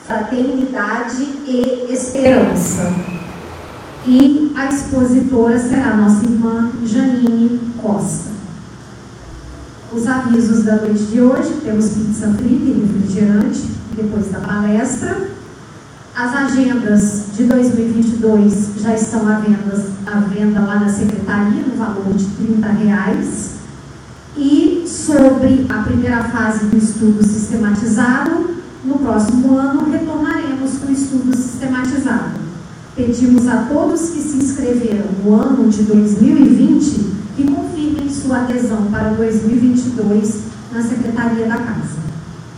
Fraternidade e Esperança. E a expositora será a nossa irmã Janine Costa. Os avisos da noite de hoje: temos pizza frita e refrigerante depois da palestra. As agendas de 2022 já estão à venda lá na secretaria, no valor de R$30. E sobre a primeira fase do estudo sistematizado, no próximo ano retornaremos com o estudo sistematizado. Pedimos a todos que se inscreveram no ano de 2020 que confirmem sua adesão para 2022 na Secretaria da Casa.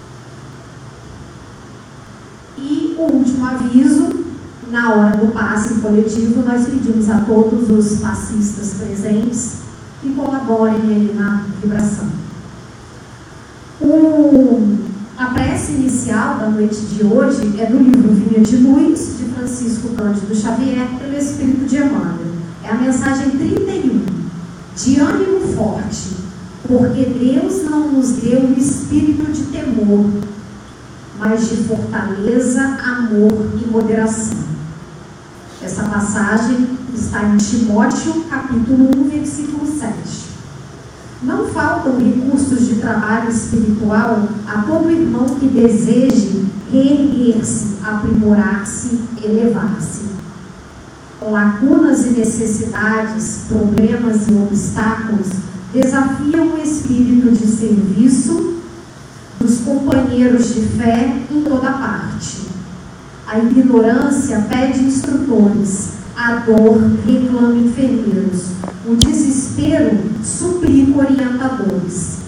E o último aviso: na hora do passe coletivo, nós pedimos a todos os passistas presentes que colaborem aí na vibração. A prece inicial da noite de hoje é do livro Vinha de Luz, de Francisco Cândido Xavier, pelo Espírito de Emmanuel. É a mensagem 31, de ânimo forte, porque Deus não nos deu um espírito de temor, mas de fortaleza, amor e moderação. Essa passagem está em Timóteo, capítulo 1, versículo 7. Não faltam recursos de trabalho espiritual a todo irmão que deseje reerguer-se, aprimorar-se, elevar-se. Lacunas e necessidades, problemas e obstáculos desafiam o espírito de serviço dos companheiros de fé em toda parte. A ignorância pede instrutores, a dor reclama enfermeiros, o desespero suplica orientadores.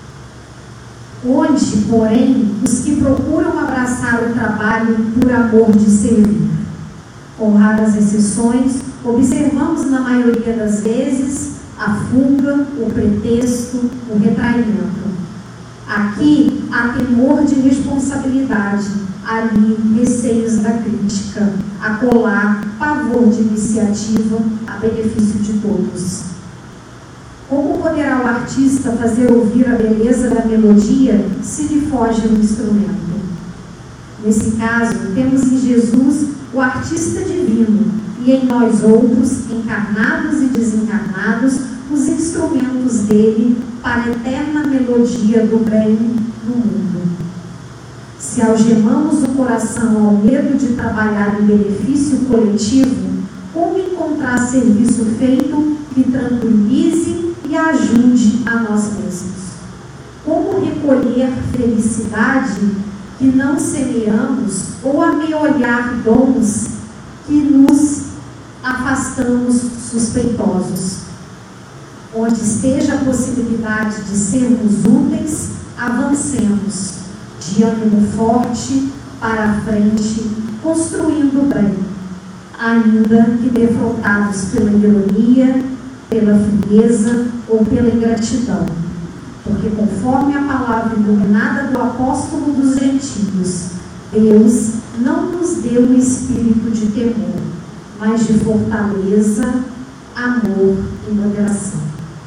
Onde, porém, os que procuram abraçar o trabalho por amor de servir? Com raras exceções, observamos na maioria das vezes a fuga, o pretexto, o retraimento. Aqui há temor de responsabilidade, ali receios da crítica, acolá pavor de iniciativa a benefício de todos. Como poderá o artista fazer ouvir a beleza da melodia se lhe foge o instrumento? Nesse caso, temos em Jesus o artista divino e em nós outros, encarnados e desencarnados, os instrumentos dele para a eterna melodia do bem no mundo. Se algemamos o coração ao medo de trabalhar em benefício coletivo, como encontrar serviço feito que tranquilize e ajude a nós mesmos? Como recolher felicidade que não semeamos ou ameolhar dons que nos afastamos suspeitosos? Onde esteja a possibilidade de sermos úteis, avancemos de ânimo forte para a frente, construindo o bem, ainda que defrontados pela ironia, pela frieza ou pela ingratidão. Porque, conforme a palavra iluminada do apóstolo dos gentios, Deus não nos deu um espírito de temor, mas de fortaleza, amor e moderação.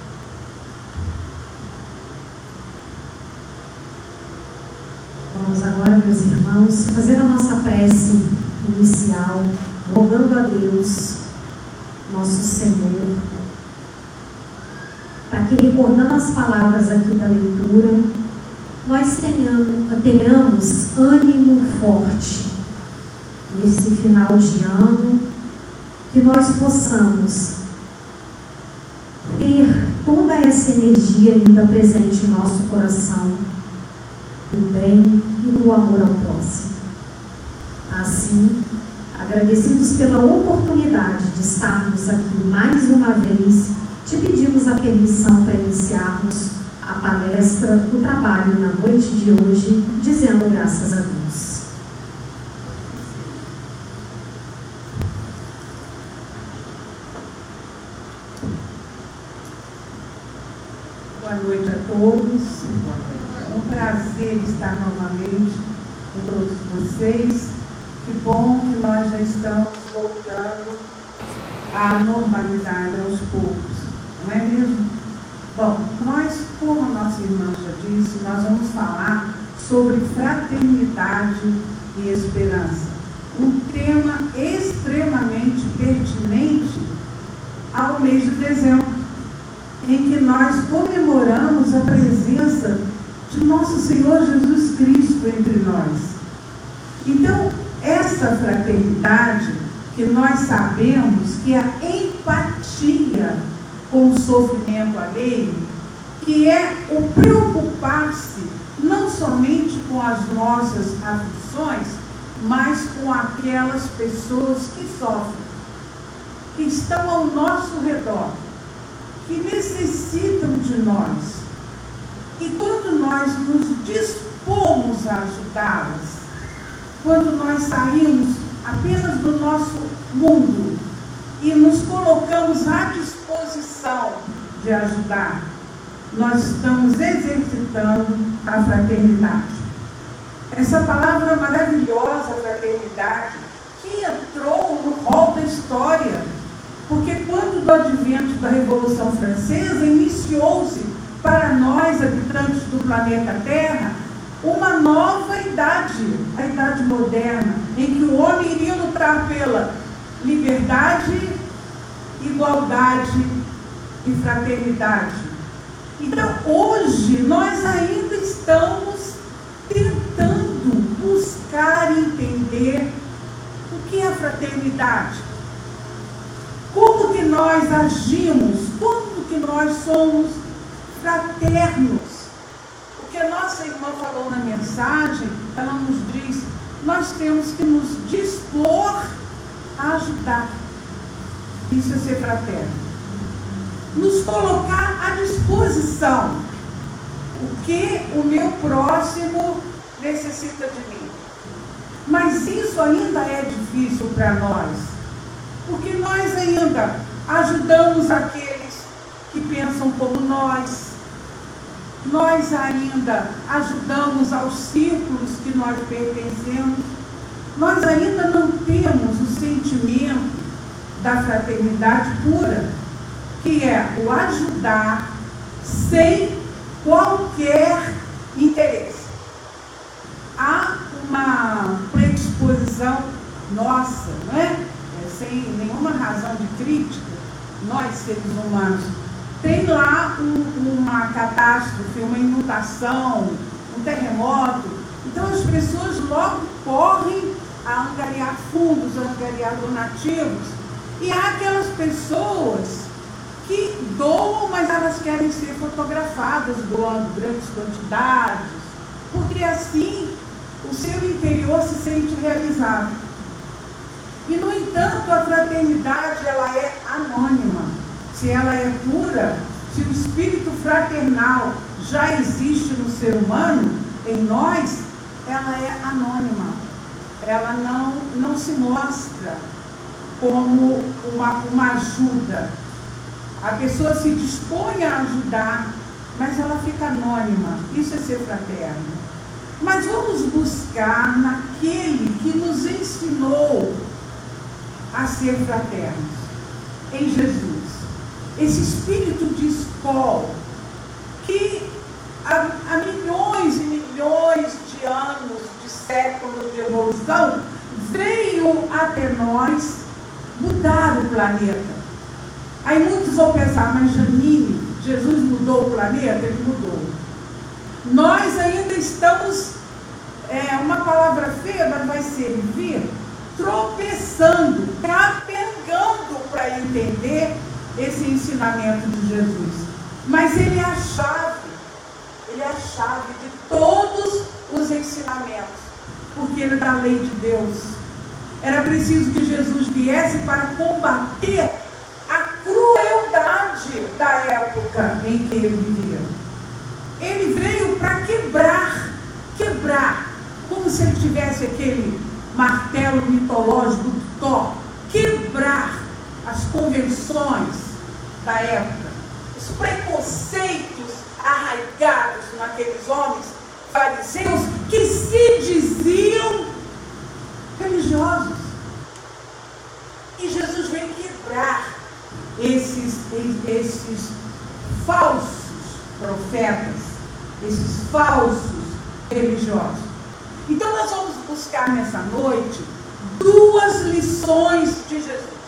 Vamos agora, meus irmãos, fazer a nossa prece inicial, rogando a Deus, nosso Senhor, para que, recordando as palavras aqui da leitura, nós tenhamos ânimo forte nesse final de ano, que nós possamos ter toda essa energia ainda presente em nosso coração, do bem e do amor ao próximo. Assim, agradecidos pela oportunidade de estarmos aqui mais uma vez, te pedimos a permissão para iniciarmos a palestra, o trabalho na noite de hoje, dizendo graças a Deus. Boa noite a todos. É um prazer estar novamente com todos vocês. Que bom que nós já estamos voltando à normalidade aos poucos, não é mesmo? Bom, nós, como a nossa irmã já disse, nós vamos falar sobre fraternidade e esperança. Um tema extremamente pertinente ao mês de dezembro, em que nós comemoramos a presença de nosso Senhor Jesus Cristo entre nós. Então, essa fraternidade, que nós sabemos que é a empatia com o sofrimento alheio, que é o preocupar-se não somente com as nossas aflições, mas com aquelas pessoas que sofrem, que estão ao nosso redor, que necessitam de nós. E quando nós nos dispomos a ajudá-las, quando nós saímos apenas do nosso mundo e nos colocamos à disposição de ajudar, nós estamos exercitando a fraternidade. Essa palavra maravilhosa, fraternidade, que entrou no rol da história, porque quando do advento da Revolução Francesa, iniciou-se para nós, habitantes do planeta Terra, uma nova idade, a idade moderna, em que o homem iria lutar pela liberdade, igualdade e fraternidade. Então, hoje, nós ainda estamos tentando buscar entender o que é fraternidade. Como que nós agimos, como que nós somos fraternos. O que a nossa irmã falou na mensagem, ela nos diz, nós temos que nos dispor a ajudar. Isso é ser fraterno. Nos colocar à disposição. O que o meu próximo necessita de mim. Mas isso ainda é difícil para nós. Porque nós ainda ajudamos aqueles que pensam como nós. Nós ainda ajudamos aos círculos que nós pertencemos. Nós ainda não temos o sentimento da fraternidade pura, que é o ajudar sem qualquer interesse. Há uma predisposição nossa, não é? Sem nenhuma razão de crítica, nós seres humanos, tem lá uma catástrofe, uma inundação, um terremoto, então as pessoas logo correm a angariar fundos, a angariar donativos, e há aquelas pessoas que doam, mas elas querem ser fotografadas doando grandes quantidades, porque assim o seu interior se sente realizado. E, no entanto, a fraternidade, ela é anônima. Se ela é pura, se o espírito fraternal já existe no ser humano, em nós, ela é anônima. Ela não se mostra como uma ajuda. A pessoa se dispõe a ajudar, mas ela fica anônima. Isso é ser fraterno. Mas vamos buscar naquele que nos ensinou a ser fraternos, em Jesus. Esse espírito de escola, que há milhões e milhões de anos, de séculos de evolução, veio até nós mudar o planeta. Aí muitos vão pensar, mas Janine, Jesus mudou o planeta? Ele mudou. Nós ainda estamos, uma palavra feia, mas vai servir, tropeçando, capengando para entender esse ensinamento de Jesus. Mas ele é a chave de todos os ensinamentos, porque ele é da lei de Deus. Era preciso que Jesus viesse para combater a crueldade da época em que ele vivia. Ele veio para quebrar, como se ele tivesse aquele martelo mitológico do Thor, quebrar as convenções da época, os preconceitos arraigados naqueles homens fariseus que se diziam religiosos. E Jesus veio quebrar esses falsos profetas, esses falsos religiosos. Então nós vamos buscar nessa noite 2 lições de Jesus.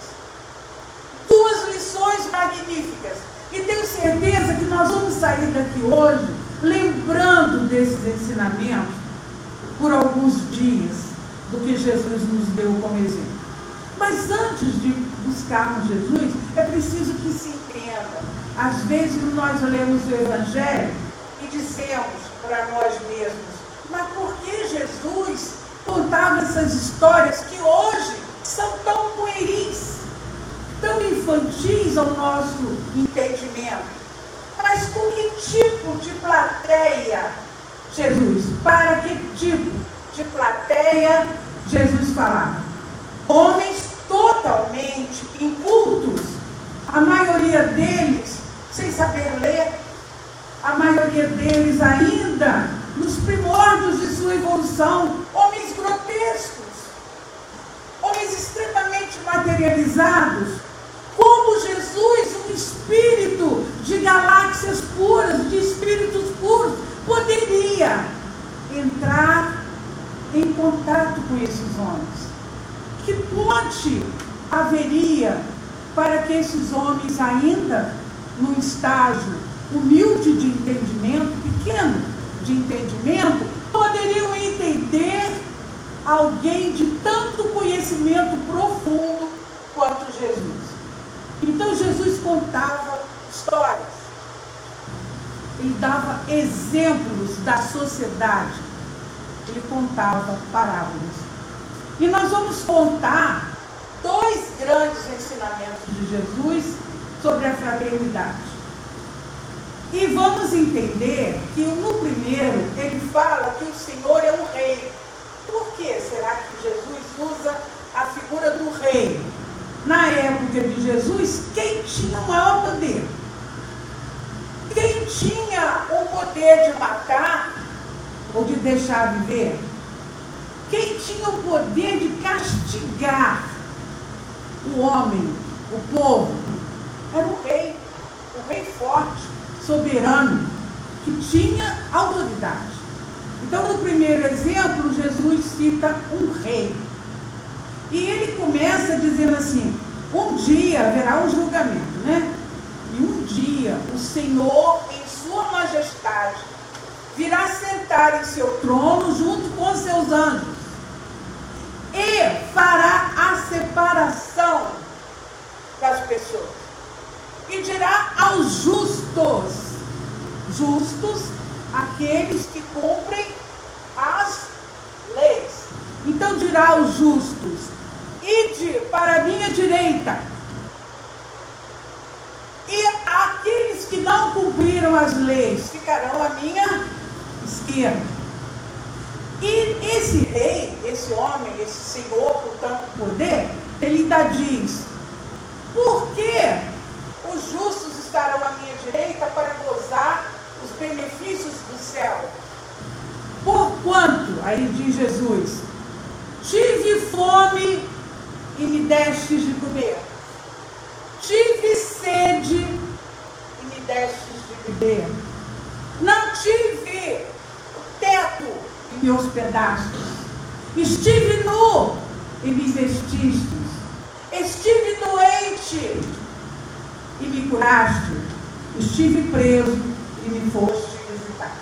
2 lições magníficas. E tenho certeza que nós vamos sair daqui hoje lembrando desses ensinamentos por alguns dias do que Jesus nos deu como exemplo. Mas antes de buscarmos Jesus, é preciso que se entenda. Às vezes nós lemos o Evangelho e dizemos para nós mesmos: mas por que Jesus contava essas histórias que hoje são tão pueris, tão infantis ao nosso entendimento? Mas com que tipo de plateia Jesus? Para que tipo de plateia Jesus falava? Homens totalmente incultos, a maioria deles sem saber ler, a maioria deles ainda nos primórdios de sua evolução, homens grotescos, homens extremamente materializados, como Jesus, um espírito de galáxias puras, de espíritos puros, poderia entrar em contato com esses homens? Que ponte haveria para que esses homens, ainda num estágio humilde de entendimento, pequeno de entendimento, poderiam entender alguém de tanto conhecimento profundo quanto Jesus? Então Jesus contava histórias, ele dava exemplos da sociedade, ele contava parábolas. E nós vamos contar 2 grandes ensinamentos de Jesus sobre a fraternidade. E vamos entender que no primeiro ele fala que o Senhor é um rei. Por que será que Jesus usa a figura do rei? Na época de Jesus, quem tinha o maior poder? Quem tinha o poder de matar ou de deixar viver? Quem tinha o poder de castigar o homem, o povo? Era o rei forte, soberano, que tinha autoridade. Então, no primeiro exemplo, Jesus cita um rei. E ele começa dizendo assim: um dia haverá um julgamento, né? E um dia o Senhor, em sua majestade, virá sentar em seu trono junto com seus anjos e fará a separação das pessoas. E dirá aos justos, aqueles que cumprem as leis. Então dirá aos justos: ide para a minha direita. E aqueles que não cumpriram as leis ficarão à minha esquerda. E esse rei, esse homem, esse senhor com tanto poder, ele ainda diz: por que os justos estarão à minha direita para gozar os benefícios do céu? Porquanto, aí diz Jesus, tive fome e me destes de comer, tive sede e me destes de beber, não tive teto e me hospedastes, estive nu e me vestistes, estive doente e me curaste, estive preso e me foste visitar.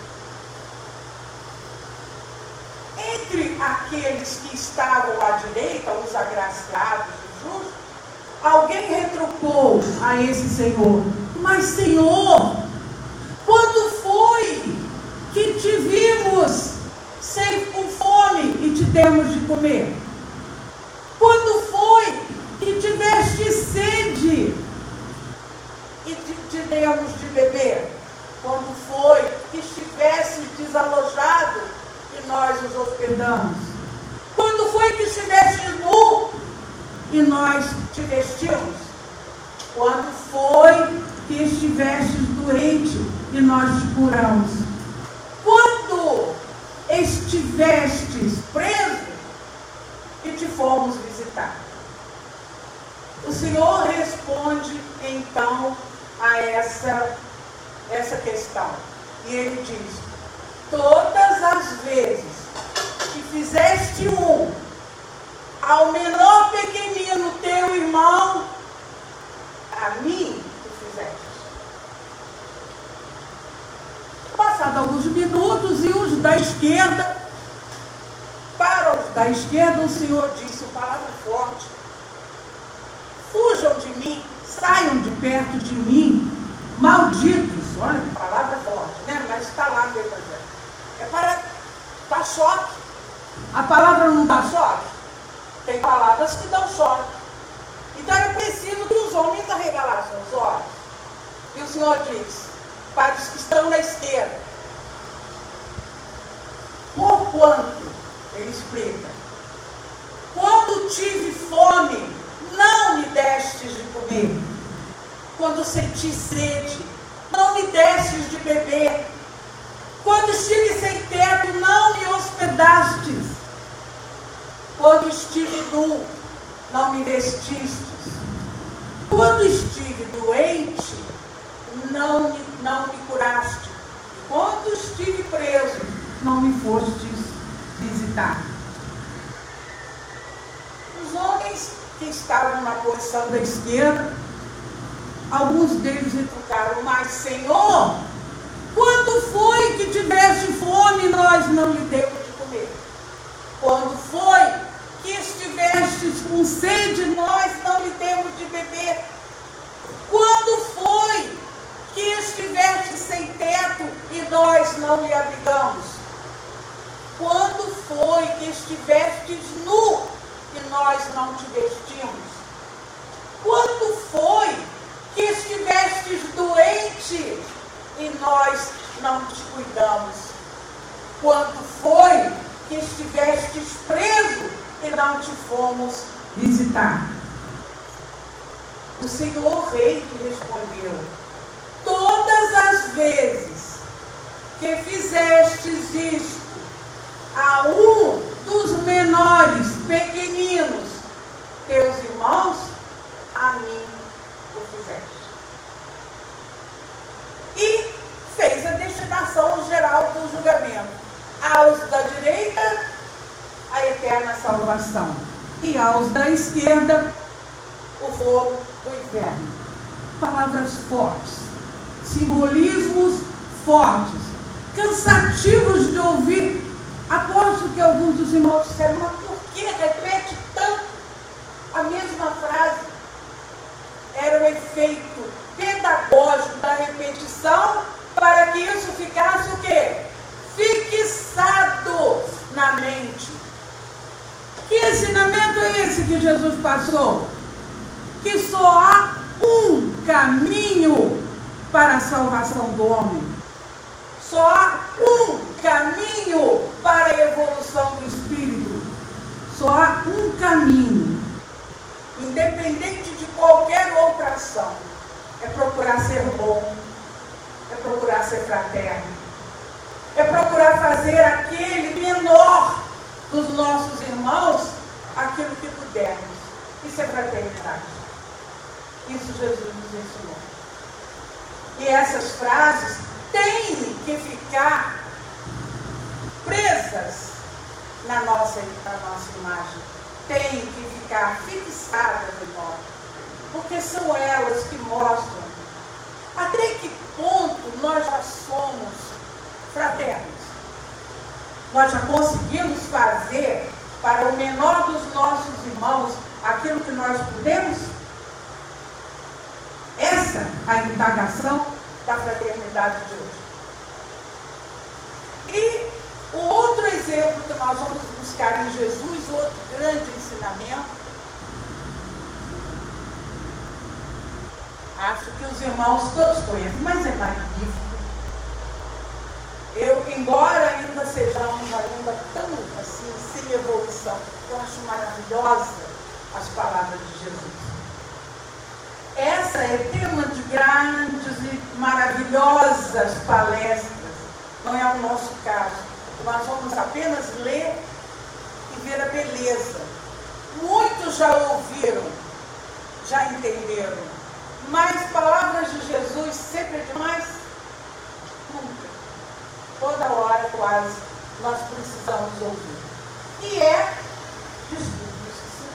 Entre aqueles que estavam à direita, os agraciados e justos, alguém retrucou a esse Senhor: mas Senhor, quando foi que te vimos com fome e te demos de comer? Quando foi que tiveste sede e te demos de beber? Quando foi que estivesse desalojado e nós os hospedamos? Quando foi que estiveste nu e nós te vestimos? Quando foi que estiveste doente e nós te curamos? Quando estivestes preso e te fomos visitar? O Senhor responde então a essa questão. E ele diz: todas as vezes que ao menor pequenino teu irmão, a mim tu fizeste. Passados alguns minutos, e os da esquerda, para os da esquerda, o Senhor disse, palavra forte: fujam de mim, saiam de perto de mim, malditos. Olha que palavra forte, né? Mas está lá no Evangelho. É para dar choque. A palavra não dá choque? Tem palavras que dão choque. Então é preciso que os homens arregalassem os olhos. E o Senhor diz para os que estão na esquerda: porquanto, ele explica, quando tive fome, não me destes de comer. Quando senti sede, não me destes de beber. Quando estive sem teto, não me hospedastes. Quando estive nu, não me vestistes. Quando estive doente, não me curaste. Quando estive preso, não me fostes visitar. Os homens que estavam na posição da esquerda, alguns deles retrucaram: mas Senhor, quando foi que tiveste fome e nós não lhe demos de comer? Quando foi que estivestes com sede e nós não lhe demos de beber? Quando foi que estiveste sem teto e nós não lhe abrigamos? Quando foi que estivestes nu e nós não te vestimos? Quando foi que estivestes doente e nós não te cuidamos? Quando foi que estivestes preso e não te fomos visitar? O Senhor Rei lhe respondeu: todas as vezes que fizestes isto a um dos menores, pequeninos, teus irmãos, a mim o fizeste. E fez a destinação geral do julgamento. Aos da direita, a eterna salvação. E aos da esquerda, o fogo do inferno. Palavras fortes, simbolismos fortes, cansativos de ouvir. Aposto que alguns dos irmãos disseram: mas por que repete tanto a mesma frase? Era o efeito pedagógico da repetição, para que isso ficasse o quê? Fixado na mente. Que ensinamento é esse que Jesus passou? Que só há um caminho para a salvação do homem. Só há um caminho para a evolução do espírito. Só há um caminho. Independente de qualquer outra ação. É procurar ser bom. É procurar ser fraterno. É procurar fazer aquele menor dos nossos irmãos aquilo que pudermos. Isso é fraternidade. Isso Jesus nos ensinou. E essas frases têm que ficar presas na nossa imagem. Têm que ficar fixadas em nós. Porque são elas que mostram até que ponto nós já somos fraternos. Nós já conseguimos fazer para o menor dos nossos irmãos aquilo que nós podemos? Essa é a indagação da fraternidade de hoje. E o outro exemplo que nós vamos buscar em Jesus, outro grande ensinamento, acho que os irmãos todos conhecem, mas é magnífico. Embora ainda sejamos ainda tão assim, sem evolução, eu acho maravilhosa as palavras de Jesus. Essa é tema de grandes e maravilhosas palestras. Não é o nosso caso. Nós vamos apenas ler e ver a beleza. Muitos já ouviram, já entenderam. Mas palavras de Jesus sempre é demais? Nunca. Toda hora quase nós precisamos ouvir. E é, desculpe,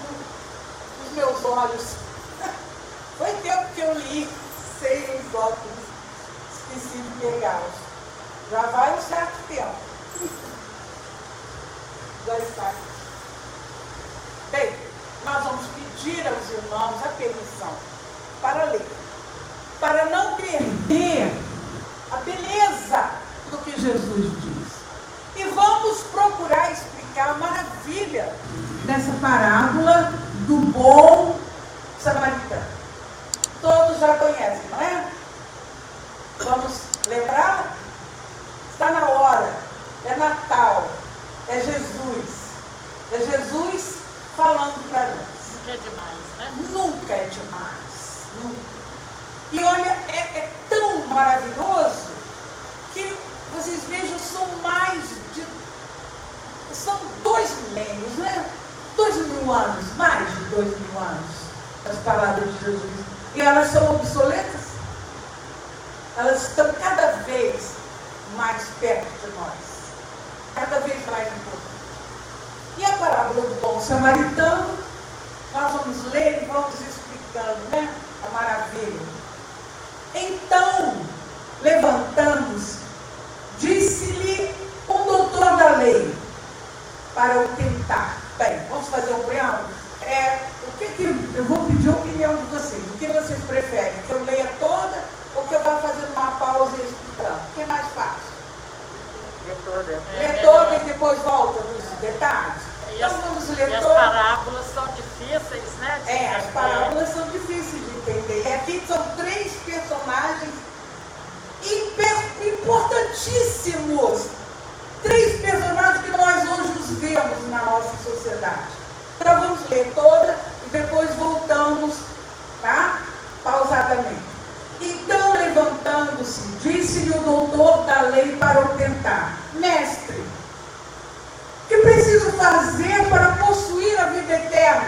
meus olhos. Foi tempo que eu li sem os óculos, esqueci de pegá-los. Já vai um certo tempo. Já está. Bem, nós vamos pedir aos irmãos a permissão para ler, para não perder a beleza do que Jesus diz. E vamos procurar explicar a maravilha dessa parábola do bom samaritano. Todos já conhecem, não é? Vamos lembrar? Está na hora. É Natal. É Jesus. É Jesus falando para nós. Nunca é demais, né? Nunca é demais. Nunca. E olha, é tão maravilhoso que vocês vejam, são 2 milênios, né? 2.000 anos, mais de 2.000 anos, as palavras de Jesus. E elas são obsoletas? Elas estão cada vez mais perto de nós. Cada vez mais importante. E a parábola do bom samaritano, nós vamos ler e vamos explicando, né? A maravilha. Então, levantando-se, disse-lhe um doutor da lei, para o tentar. Bem, vamos fazer um preâmbulo? Eu vou pedir a opinião de vocês. O que vocês preferem? Que eu leia toda ou que eu vá fazendo uma pausa e explicando? O que é mais fácil? Ler toda e depois volta nos detalhes? Então vamos ler toda. E as parábolas são difíceis, né? As parábolas são difíceis de entender. E aqui são 3 personagens importantíssimos. 3 personagens que nós hoje os vemos na nossa sociedade. Então vamos ler toda e depois voltamos, tá? Pausadamente. Então, levantando-se, disse-lhe o doutor da lei para o tentar: Mestre, o que preciso fazer para possuir a vida eterna?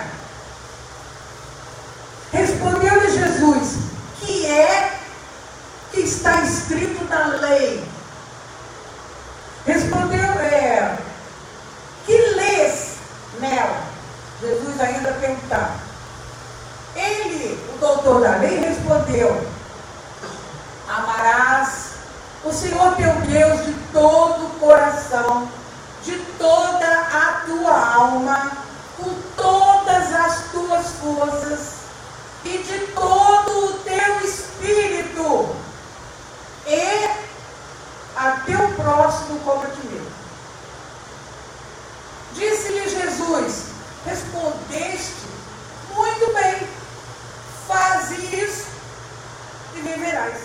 Respondeu-lhe Jesus: que é que está escrito na lei? Respondeu, que lês nela? Jesus ainda perguntava. Ele, o doutor da lei, respondeu: amarás o Senhor teu Deus de todo o coração, de toda a tua alma, com todas as tuas forças e de todo o teu espírito, e a teu próximo como a ti mesmo. Disse-lhe Jesus: respondeste muito bem, faze isso e viverás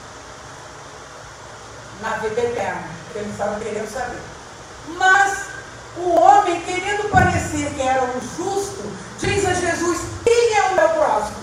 na vida eterna. Eles estavam querendo saber. Mas o homem, querendo parecer que era um justo, diz a Jesus: quem é o meu próximo?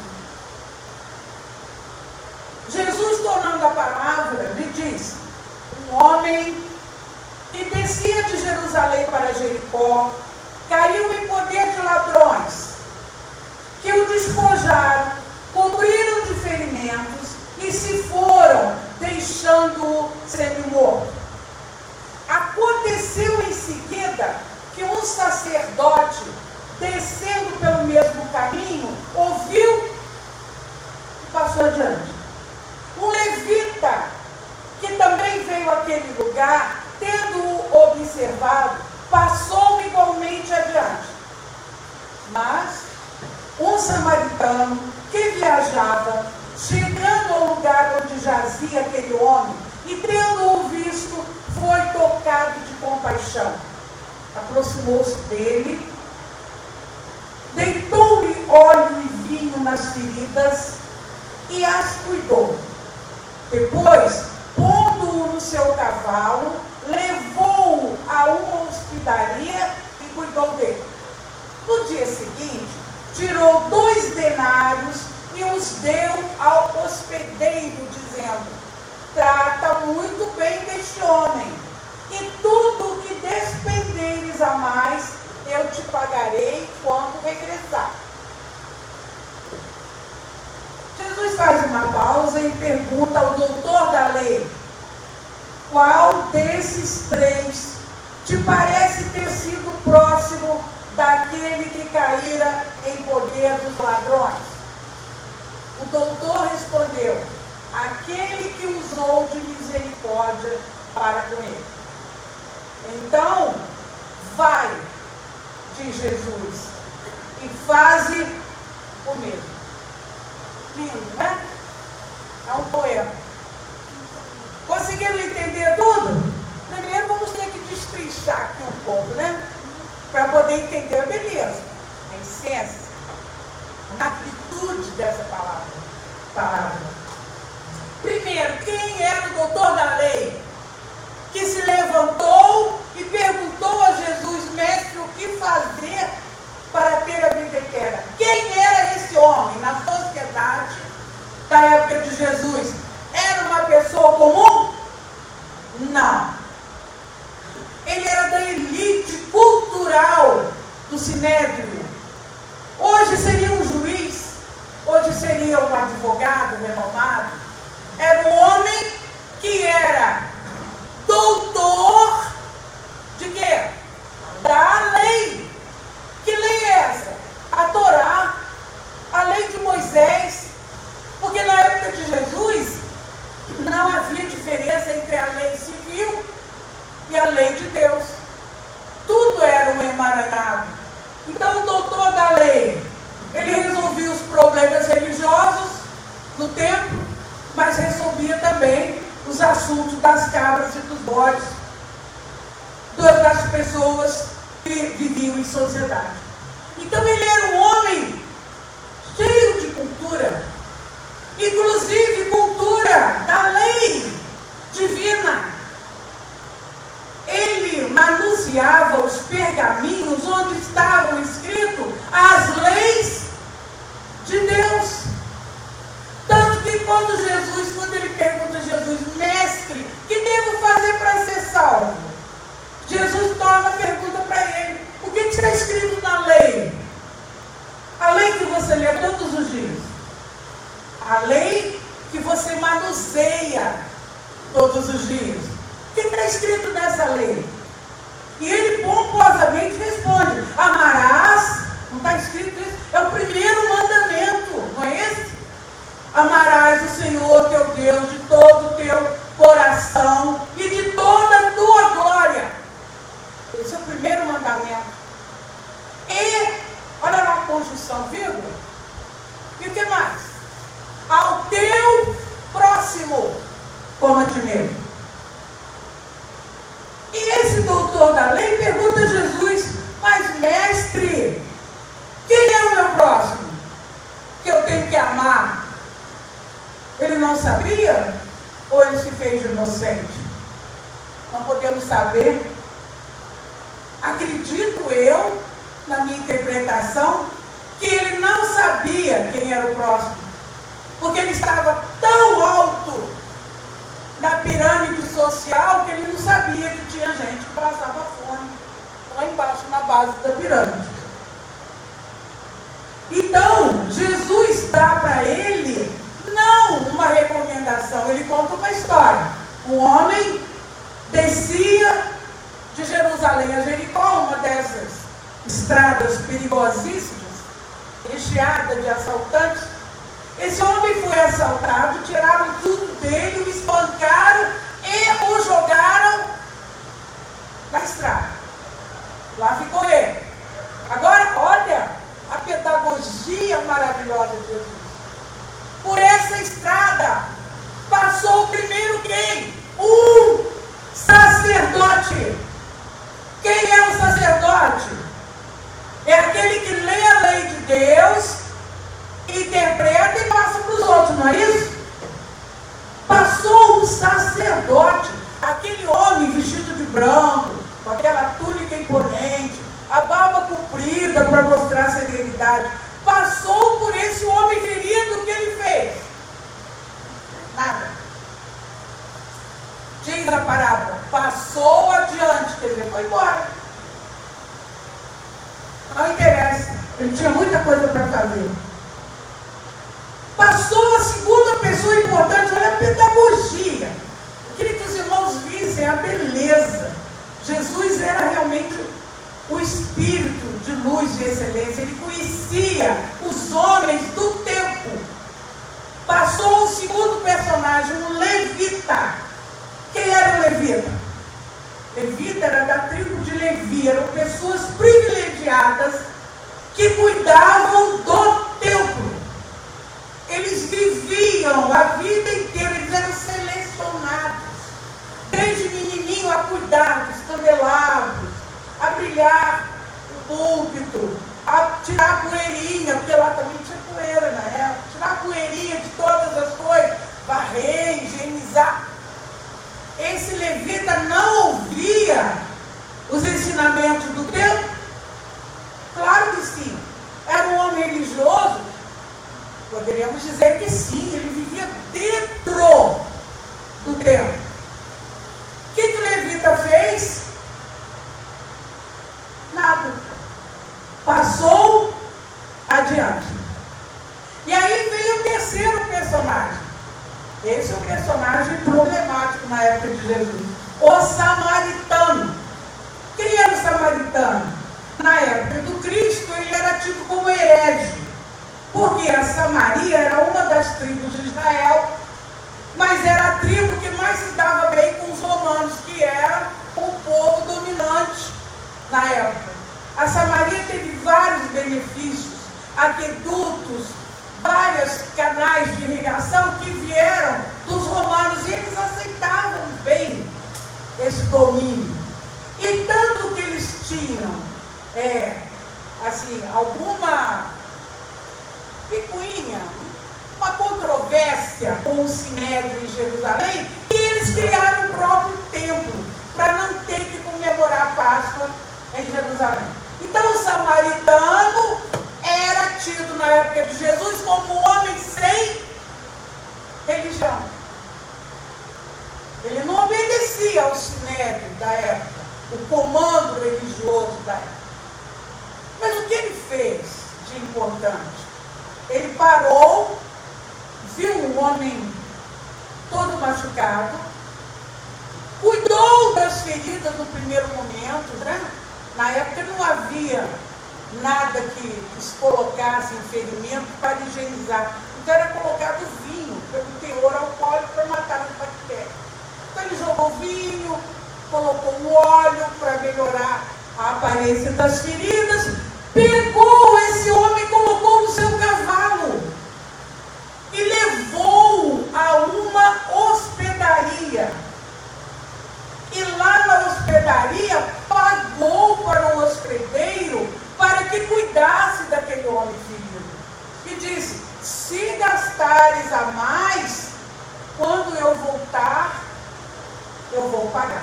Jesus, tornando a palavra, lhe diz: um homem que descia de Jerusalém para Jericó caiu em poder de ladrões, que o despojaram, cobriram de ferimentos e se foram, deixando-o semi-morto. Aconteceu em seguida que um sacerdote, descendo pelo mesmo caminho, ouviu e passou adiante. Um levita, que também veio àquele lugar, tendo-o observado, passou igualmente adiante. Mas um samaritano que viajava, chegando ao lugar onde jazia aquele homem, e tendo-o visto, foi tocado de compaixão. Aproximou-se dele, deitou-lhe óleo e vinho nas feridas e as cuidou. Depois, pondo-o no seu cavalo, levou-o a uma hospedaria e cuidou dele. No dia seguinte, tirou 2 denários e os deu ao hospedeiro, dizendo: trata muito bem deste homem, e tudo o que despenderes a mais, eu te pagarei quando regressar. Jesus faz uma pausa e pergunta ao doutor da lei: qual desses 3 te parece ter sido próximo daquele que caíra em poder dos ladrões? O doutor respondeu: aquele que usou de misericórdia para com ele. Então, vai, diz Jesus, e faze o mesmo. Lindo, né? É um poema. Conseguiram entender tudo? Primeiro vamos ter que destrinchar aqui um pouco, né? Para poder entender a beleza, a essência, a amplitude dessa palavra. Primeiro, quem era o doutor da lei? Que se levantou e perguntou a Jesus: mestre, o que fazer para ter a vida eterna? Quem era esse homem na sociedade da época de Jesus? Era uma pessoa comum? Não. Ele era da elite cultural do Sinédrio. Hoje seria um juiz, hoje seria um advogado renomado. Era um homem que era doutor de quê? Da lei. Que lei é essa? A Torá, a lei de Moisés. Porque na época de Jesus não havia diferença entre a lei civil e a lei de Deus. Tudo era um emaranhado. Então o doutor da lei, ele resolvia os problemas religiosos no templo, mas resolvia também os assuntos das cabras e dos bodes, das pessoas que viviam em sociedade. Então ele era um homem cheio de cultura, inclusive cultura da lei divina. Ele manuseava os pergaminhos onde estavam escritas as leis de Deus. Tanto que quando ele pergunta a Jesus: mestre, o que devo fazer para ser salvo? Jesus torna a pergunta para ele: o que está escrito na lei? A lei que você lê todos os dias. A lei que você manuseia todos os dias. O que está escrito nessa lei? E ele pomposamente responde: amarás. Não está escrito isso? É o primeiro mandamento, não é esse? Amarás o Senhor teu Deus de todo o teu coração e de toda a tua glória. Esse é o primeiro mandamento. E, olha lá a conjunção, vírgula. E o que mais? Ao teu próximo, como a ti mesmo. E esse doutor da lei pergunta a Jesus: mas mestre, quem é o meu próximo que eu tenho que amar? Ele não sabia? Ou ele se fez inocente? Não podemos saber. Acredito eu, na minha interpretação, que ele não sabia quem era o próximo, porque ele estava tão alto na pirâmide social que ele não sabia que tinha gente que passava fome lá embaixo, na base da pirâmide. Então, Jesus dá para ele não uma recomendação, ele conta uma história. Um homem descia de Jerusalém a Jericó, uma dessas estradas perigosíssimas, recheada de assaltantes. Esse homem foi assaltado, tiraram tudo dele, o espancaram e o jogaram na estrada. Lá ficou ele. Agora, olha a pedagogia maravilhosa de Jesus. Por essa estrada passou primeiro quem? Um sacerdote. Quem é o sacerdote? É aquele que lê a lei de Deus, interpreta e passa para os outros, não é isso? Passou um sacerdote, aquele homem vestido de branco, com aquela túnica imponente, a barba comprida para mostrar serenidade. Passou por esse homem ferido, o que ele fez? Nada. Diz a parábola: passou adiante, quer dizer, foi embora. Não interessa, ele tinha muita coisa para fazer. Passou a segunda pessoa importante, olha a pedagogia. Eu queria que os irmãos vissem a beleza. Jesus era realmente o espírito de luz e excelência, ele conhecia os homens do tempo. Passou o segundo personagem, um levita. Quem era o levita? Levita era da tribo de Levi, eram pessoas privilegiadas que cuidavam do templo. Eles viviam a vida inteira, eles eram selecionados, desde menininho a cuidar dos candelabros, a brilhar o púlpito, a tirar a poeirinha, porque lá também tinha poeira na época, tirar a poeirinha de todas as coisas, varrer, higienizar. Esse levita não ouvia os ensinamentos do templo? Claro que sim. Era um homem religioso? Poderíamos dizer que sim, ele vivia dentro do templo. O que o levita fez? Nada. Passou adiante. E aí veio o terceiro personagem. Esse é um personagem problemático na época de Jesus. O samaritano. Quem era o samaritano? Na época do Cristo, ele era tido como herege. Porque a Samaria era uma das tribos de Israel, mas era a tribo que mais se dava bem com os romanos, que era o povo dominante na época. A Samaria teve vários benefícios, aquedutos, vários canais de irrigação que vieram dos romanos, e eles aceitavam bem esse domínio. E tanto que eles tinham, alguma picuinha, uma controvérsia com o Sinédrio em Jerusalém, e eles criaram o próprio templo, para não ter que comemorar a Páscoa em Jerusalém. Então o samaritano era tido na época de Jesus como um homem sem religião. Ele não obedecia ao Sinédrio da época, o comando religioso da época. Mas o que ele fez de importante? Ele parou, viu um homem todo machucado, cuidou das feridas no primeiro momento, né? Na época não havia nada que os colocasse em ferimento para higienizar. Então era colocado vinho, pelo teor alcoólico, para matar as bactérias. Então ele jogou vinho, colocou um óleo para melhorar a aparência das feridas, pegou esse homem e colocou no seu cavalo e levou a uma hospedaria. E lá na hospedaria pagou para um hospedeiro para que cuidasse daquele homem ferido. E disse: se gastares a mais, quando eu voltar, eu vou pagar.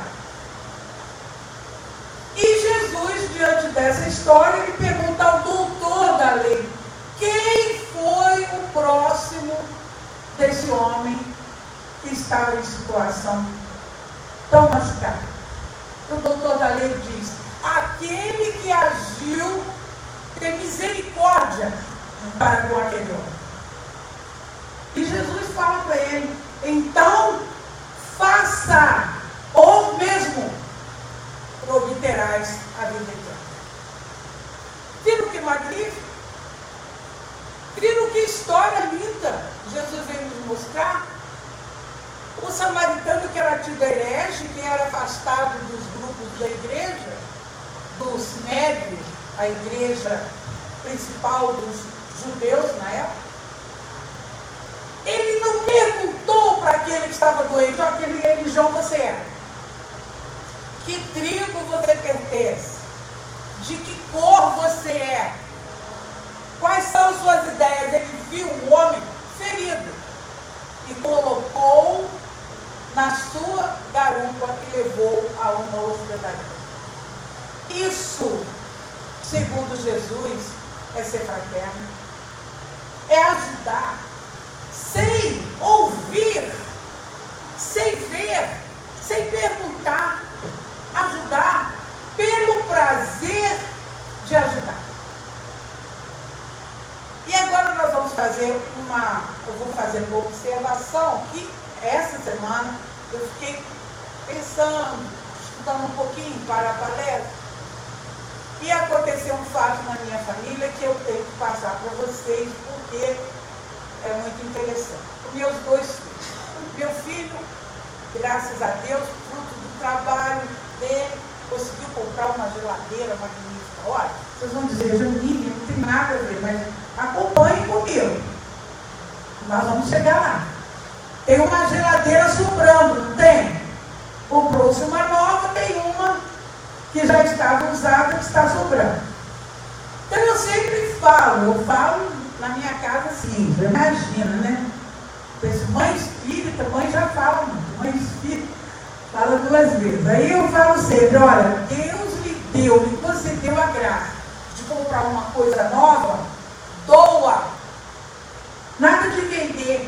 E Jesus, diante dessa história, ele pergunta ao doutor da lei: quem foi o próximo desse homem que estava em situação tão machucada? O doutor da lei diz: aquele que agiu de misericórdia para com aquele homem. E Jesus fala para ele: então faça o mesmo, obterás a vida eterna. Viram que magnífico? Viram que história linda Jesus veio nos mostrar? O samaritano, que era tido herege, que era afastado dos grupos da igreja, do Sinédrio, a igreja principal dos judeus na época, ele não perguntou para aquele que estava doente: ó, que religião você é? Que tribo você pertence? De que cor você é? Quais são suas ideias? Ele viu um homem ferido e colocou na sua garupa e levou a uma hospedaria. Isso, segundo Jesus, é ser fraterno, é ajudar, sem ouvir, sem ver, sem perguntar, ajudar pelo prazer de ajudar. E agora nós vamos fazer eu vou fazer uma observação que essa semana eu fiquei pensando, estudando um pouquinho para a palestra, E aconteceu um fato na minha família que eu tenho que passar para vocês, porque é muito interessante. Meus dois filhos. Meu filho, graças a Deus, fruto do trabalho dele, conseguiu comprar uma geladeira magnífica. Olha, vocês vão dizer, Janine, não tem nada a ver, mas acompanhe comigo. Nós vamos chegar lá. Tem uma geladeira sobrando, não tem? Comprou-se uma nova, tem uma que já estava usada, que está sobrando. Então eu sempre falo na minha casa assim, imagina, né? Mãe espírita, mãe já fala muito, mãe espírita fala 2 vezes. Aí eu falo sempre, olha, Deus lhe deu, lhe concedeu a graça de comprar uma coisa nova, doa. Nada de vender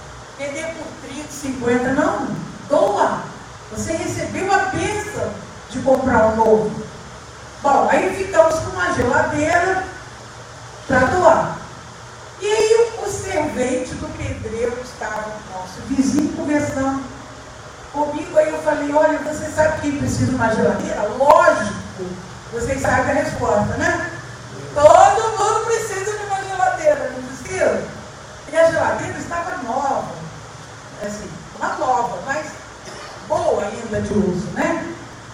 por 30, 50, não, doa. Você recebeu a bênção de comprar um novo. Bom, aí ficamos com uma geladeira para doar. E aí o servente do pedreiro estava nosso vizinho conversando comigo. Aí eu falei, olha, você sabe quem precisa de uma geladeira? Lógico, vocês sabem a resposta, né? Todo mundo precisa de uma geladeira, não precisa? E a geladeira estava nova, assim, uma nova, mas boa ainda de uso, né?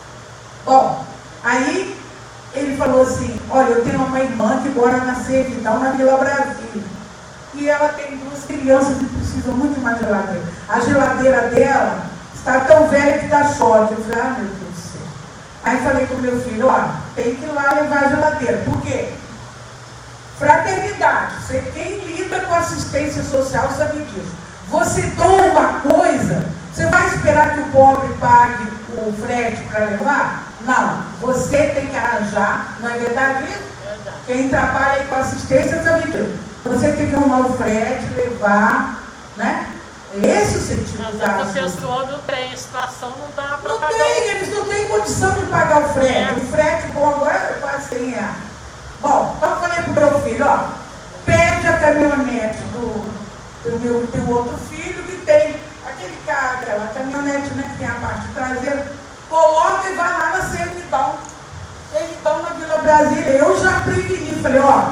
Bom, aí ele falou assim, olha, eu tenho uma irmã que mora na Servidão, na Vila Brasília, e ela tem 2 crianças que precisam muito de uma geladeira. A geladeira dela está tão velha que dá choque. Eu falei, meu Deus do céu. Aí falei com o meu filho, ó, tem que ir lá levar a geladeira. Por quê? Fraternidade. Quem lida com assistência social sabe disso. Você doa uma coisa, você vai esperar que o pobre pague o frete para levar? Não. Você tem que arranjar, não é verdade isso? Quem trabalha aí com assistência sabe disso. Você tem que arrumar o frete, levar, né? Esse é o sentido da ajuda. A pessoa não tem situação, não dá para pagar. Não tem, eles não têm condição de pagar o frete. O frete, bom, agora é quase 100 reais. Bom, então eu falei pro meu filho, ó, pede a caminhonete do teu outro filho que tem aquele carro, aquela caminhonete, né, que tem a parte traseira, coloca e vai lá na Servidão. Servidão na Vila Brasília. Eu já preveni, falei, ó,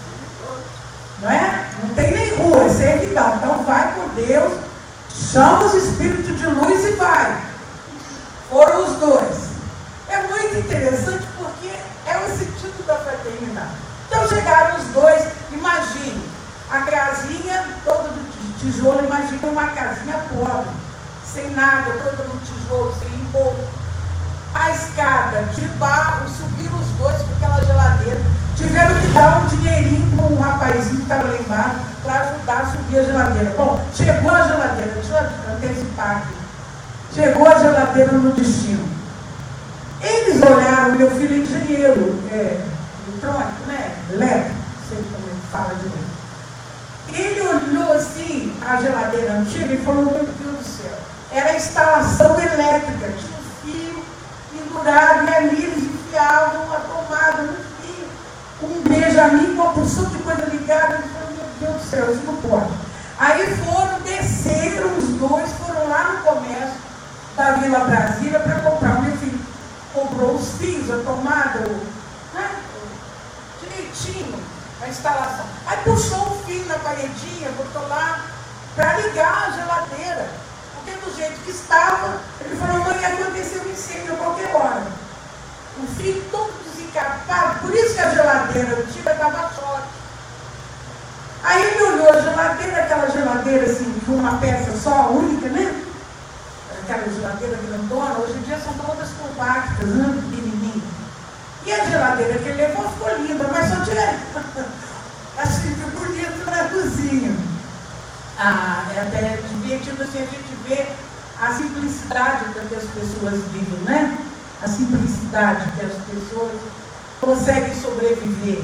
não é? Não tem nem rua, é Servidão. Então vai por Deus, chama os espíritos de luz e vai. Foram os 2. É muito interessante porque é o sentido da fraternidade. Então chegaram os 2, imagine, a casinha toda de tijolo, imagine uma casinha pobre, sem nada, toda no tijolo, sem envolto. A escada de barro, subiram os 2 com aquela geladeira. Tiveram que dar um dinheirinho para um rapazinho que estava lá embaixo para ajudar a subir a geladeira. Bom, chegou a geladeira, deixa eu antecipar aqui. Chegou a geladeira no destino. Eles olharam, meu filho é engenheiro, eletrônico, né? Elétrico, não sei como ele fala direito. Ele olhou assim, a geladeira antiga, e falou, meu Deus do céu, era a instalação elétrica, tinha um fio pendurado, e ali eles enfiavam a tomada no fio, um Benjamin com uma porção de coisa ligada. Ele falou, meu Deus do céu, isso não pode. Aí desceram os 2, foram lá no comércio da Vila Brasília para comprar. O meu filho comprou os fios, a tomada, né? Direitinho, a instalação. Aí puxou o fio na paredinha, botou lá para ligar a geladeira. Porque do jeito que estava, ele falou, mãe, aconteceu um incêndio a qualquer hora. O fio todo desencapado, por isso que a geladeira antiga dava choque. Aí ele olhou a geladeira, aquela geladeira assim, de uma peça só, única, né? Aquela geladeira grandona, hoje em dia são todas compactas, né? Pequenininhas. E a geladeira que ele levou ficou linda, mas só tinha assim, que bonito na cozinha. É até divertido assim, a gente vê a simplicidade que as pessoas vivem, né? A simplicidade que as pessoas conseguem sobreviver.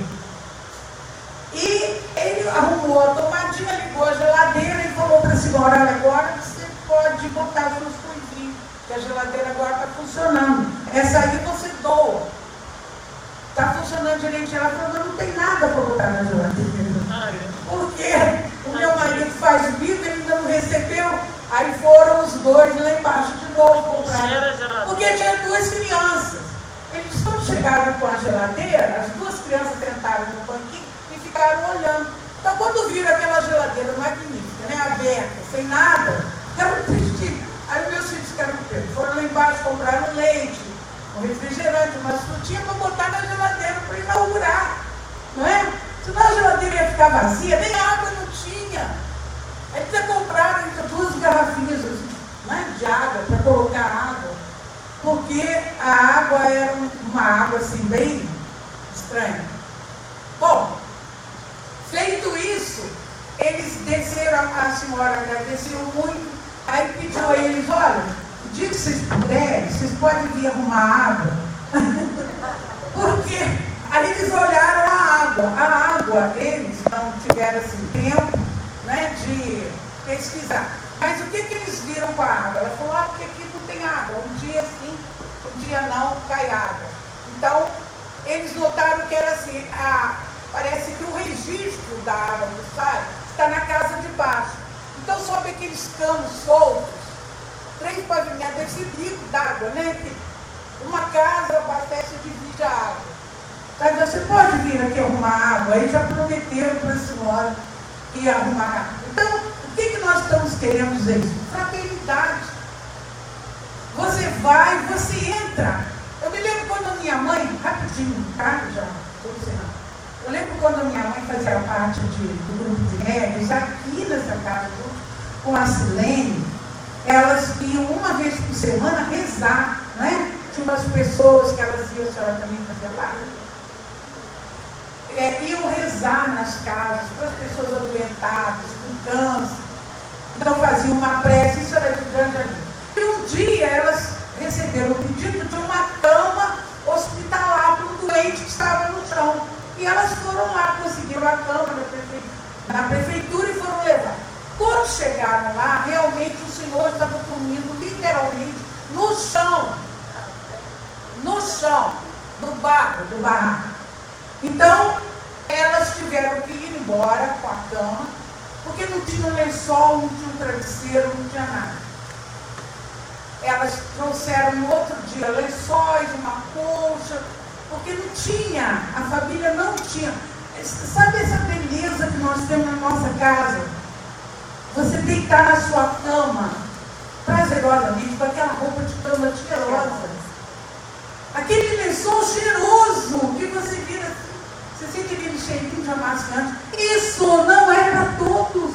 E ele arrumou a tomadinha, ligou a geladeira e falou para a senhora, olha, agora você pode botar suas coisinhas, que a geladeira agora está funcionando. Essa aí você doa. Está funcionando direitinho. Ela falou, não tem nada para botar na geladeira. Porque o meu marido faz vida, ele ainda não recebeu. Aí foram os 2 lá embaixo de novo comprar. Porque tinha 2 crianças. Eles, quando chegaram chegaram com a geladeira, as duas crianças sentaram no banquinho e ficaram olhando. Então, quando viram aquela geladeira magnífica, né, aberta, sem nada, ficaram tristes. Aí meus filhos ficaram com medo. Foram lá embaixo, compraram leite, um refrigerante, umas frutinhas para botar na geladeira para inaugurar. Não é? Senão a geladeira ia ficar vazia, nem água não tinha. Aí eles compraram duas garrafinhas, né, de água para colocar água. Porque a água era uma água assim bem estranha. Bom, feito isso, eles desceram, a senhora agradeceu muito, aí pediu a eles, olha, o dia que vocês puderem, vocês podem vir arrumar água. Porque aí eles olharam a água, eles não tiveram assim tempo, né, de pesquisar. Mas o que eles viram com a água? Ela falou, porque aqui não tem água, um dia sim, um dia não, cai água. Então, eles notaram que era assim, parece que o registro da água do SAI está na casa de baixo. Então, sobe aqueles canos soltos, 3 pavimentos, esse bico d'água, né? Que uma casa abastece e divide a água. Mas você pode vir aqui arrumar água? Aí já prometeram para a senhora que ia arrumar água. Então, o que nós estamos querendo dizer? Fraternidade. Você vai, você entra. Eu me lembro quando a minha mãe, rapidinho, tá? Já, eu lembro quando a minha mãe fazia parte do grupo de médios, aqui nessa casa, com a Silene, elas iam uma vez por semana rezar, né? Tinha umas pessoas que elas iam, a senhora também fazia parte. Iam rezar nas casas, para as pessoas adoentadas, com câncer. Então faziam uma prece, isso era de grande ajuda. E um dia elas receberam o pedido de uma cama hospitalar para um doente que estava no chão. E elas foram lá, conseguiram a cama na prefeitura e foram levar. Quando chegaram lá, realmente o senhor estava dormindo literalmente no chão, do barraco. Então, elas tiveram que ir embora com a cama, porque não tinha um lençol, não tinha um travesseiro, não tinha nada. Elas trouxeram no outro dia lençóis, uma colcha, porque não tinha, a família não tinha. Sabe essa beleza que nós temos na nossa casa? Você deitar na sua cama, prazerosamente, com aquela roupa de cama cheirosa. Aquele lençol cheiroso que você vira assim, você sente aquele cheirinho de amaciante. Isso não é para todos.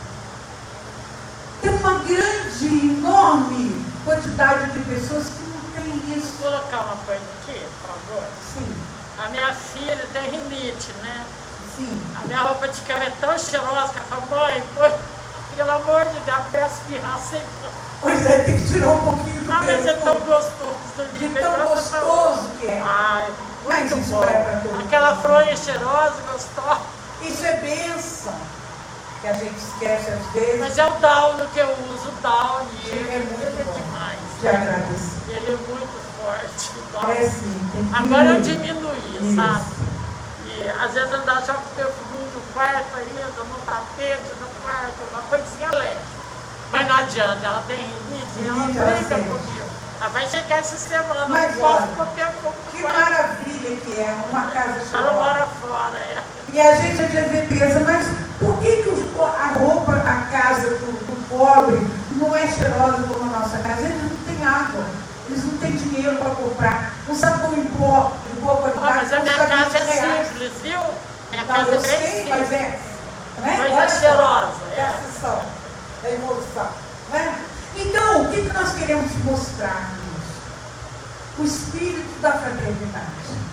Tem uma grande, enorme quantidade de pessoas que não tem isso. Vou colocar uma coisa aqui, por favor. Sim. A minha filha tem rinite, né? Sim. A minha roupa de cama é tão cheirosa que ela fala, mãe, pelo amor de Deus, peço espirrar sempre. Pois é, tem que tirar um pouquinho do mas é tão gostoso. De tão gostoso que é. Ai, mas muito isso bom. é para todo mundo. Aquela fronha cheirosa, gostosa. Isso é bênção, que a gente esquece às vezes. Mas é o Downy que eu uso, o Downy. É muito bom. Demais. Te agradeço. Ele é muito forte. O Downy. É sim. Tem que Agora eu diminuir. diminuí, Isso. sabe? E às vezes andar só com perfume no quarto ainda, no tapete, no quarto, uma coisinha leve. Mas não adianta, ela tem rinite, ela briga comigo. Ela vai chegar essa semana, Mas não posso olha, pôr perfume que no quarto. maravilha que é uma casa Ela cheirosa. mora fora, é. E a gente às vezes pensa, mas por que a roupa, a casa do pobre não é cheirosa como a nossa casa? Eles não têm água, eles não têm dinheiro para comprar, não sabem em pó, de boa qualidade. Mas a minha custa casa 20 reais. é simples, viu? Minha Não, casa eu é bem sei, simples. mas é. Né? Mas é Olha só, cheirosa, é. presta atenção, da evolução. Né? Então, o que nós queremos mostrar nisso? O espírito da fraternidade.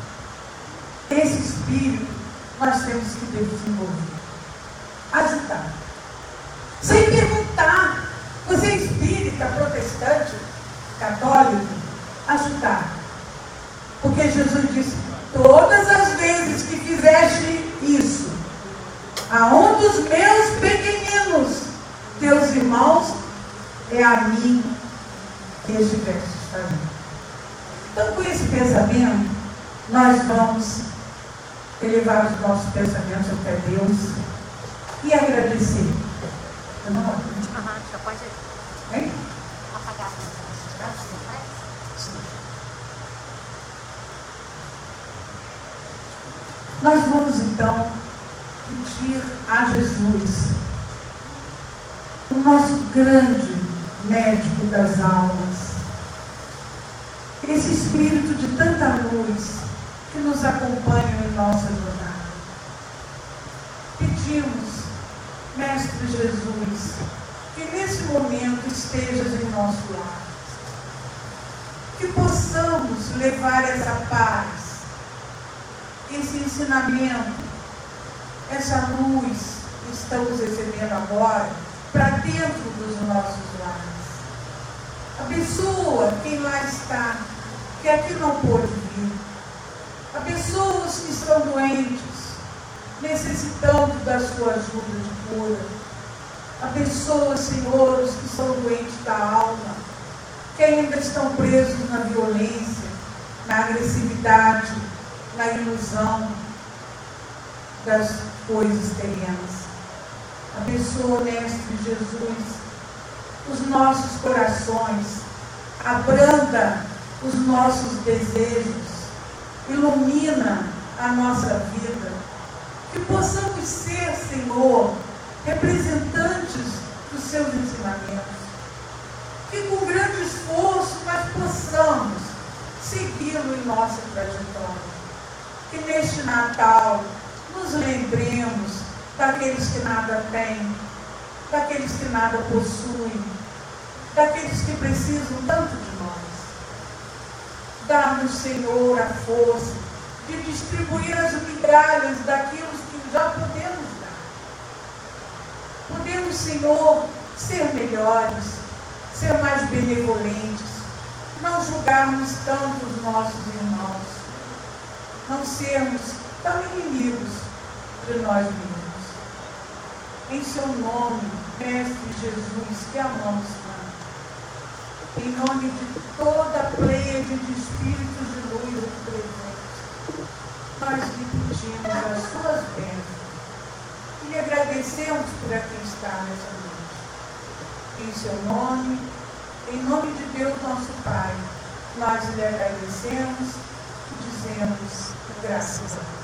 Esse espírito nós temos que desenvolver. Ajudar. Sem perguntar. Você é espírita, protestante, católico? Ajudar. Porque Jesus disse, todas as vezes que fizeste isso, a um dos meus pequeninos, teus irmãos, é a mim que estiveste fazendo. Então, com esse pensamento, nós vamos elevar os nossos pensamentos até Deus e agradecer. Eu não acredito. Já pode Hein? apagar. Nós vamos então pedir a Jesus, o nosso grande médico das almas, esse espírito de tanta luz que nos acompanha em nossa jornada. Pedimos, Mestre Jesus, que nesse momento estejas em nosso lar, que possamos levar essa paz, esse ensinamento, essa luz que estamos recebendo agora para dentro dos nossos lares. Abençoa quem lá está, que aqui não pôde vir. Abençoa os que estão doentes, necessitando da sua ajuda de cura. Abençoa, Senhor, os que são doentes da alma, que ainda estão presos na violência, na agressividade, na ilusão das coisas terrenas. Abençoa, Mestre Jesus, os nossos corações, abranda os nossos desejos, ilumina a nossa vida, que possamos ser, Senhor, representantes dos seus ensinamentos, que com grande esforço nós possamos segui-lo em nossa trajetória, que neste Natal nos lembremos daqueles que nada têm, daqueles que nada possuem, daqueles que precisam tanto de nós. Dá-nos, Senhor, a força de distribuir as migalhas daquilo que já podemos dar. Podemos, Senhor, ser melhores, ser mais benevolentes, não julgarmos tanto os nossos irmãos, não sermos tão inimigos de nós mesmos. Em seu nome, Mestre Jesus, que amamos tanto, em nome de toda a pleiade de espíritos de luz aqui presentes, nós lhe pedimos as suas bênçãos e lhe agradecemos por aqui estar nessa noite. Em seu nome, em nome de Deus nosso Pai, nós lhe agradecemos e dizemos graças a Deus.